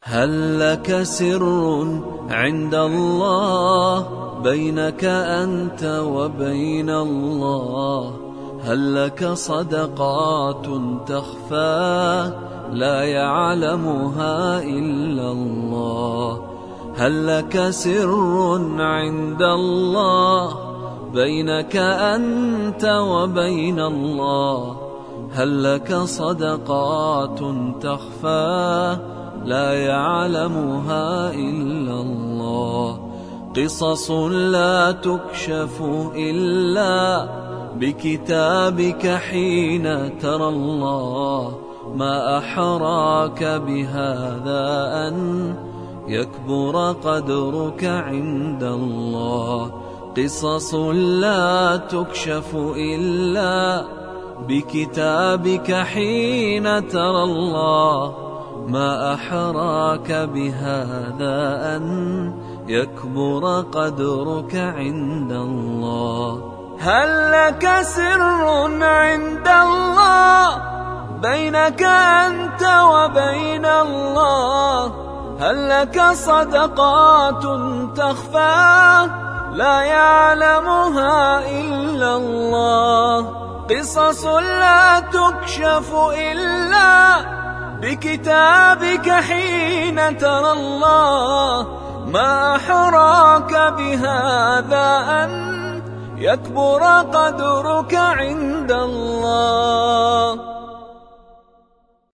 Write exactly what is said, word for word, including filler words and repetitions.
هل لك سر عند الله بينك أنت وبين الله؟ هل لك صدقات تخفى لا يعلمها إلا الله؟ هل لك سر عند الله بينك أنت وبين الله؟ هل لك صدقات تخفى لا يعلمها إلا الله؟ قصص لا تكشف إلا بكتابك حين ترى الله. ما أحراك بهذا أن يكبر قدرك عند الله. قصص لا تكشف إلا بكتابك حين ترى الله. ما أحراك بهذا أن يكبر قدرك عند الله. هل لك سر عند الله بينك أنت وبين الله؟ هل لك صدقات تخفى لا يعلمها إلا الله؟ قصص لا تكشف إلا بكتابك حين ترى الله. ما أحراك بهذا أن يكبر قدرك عند الله.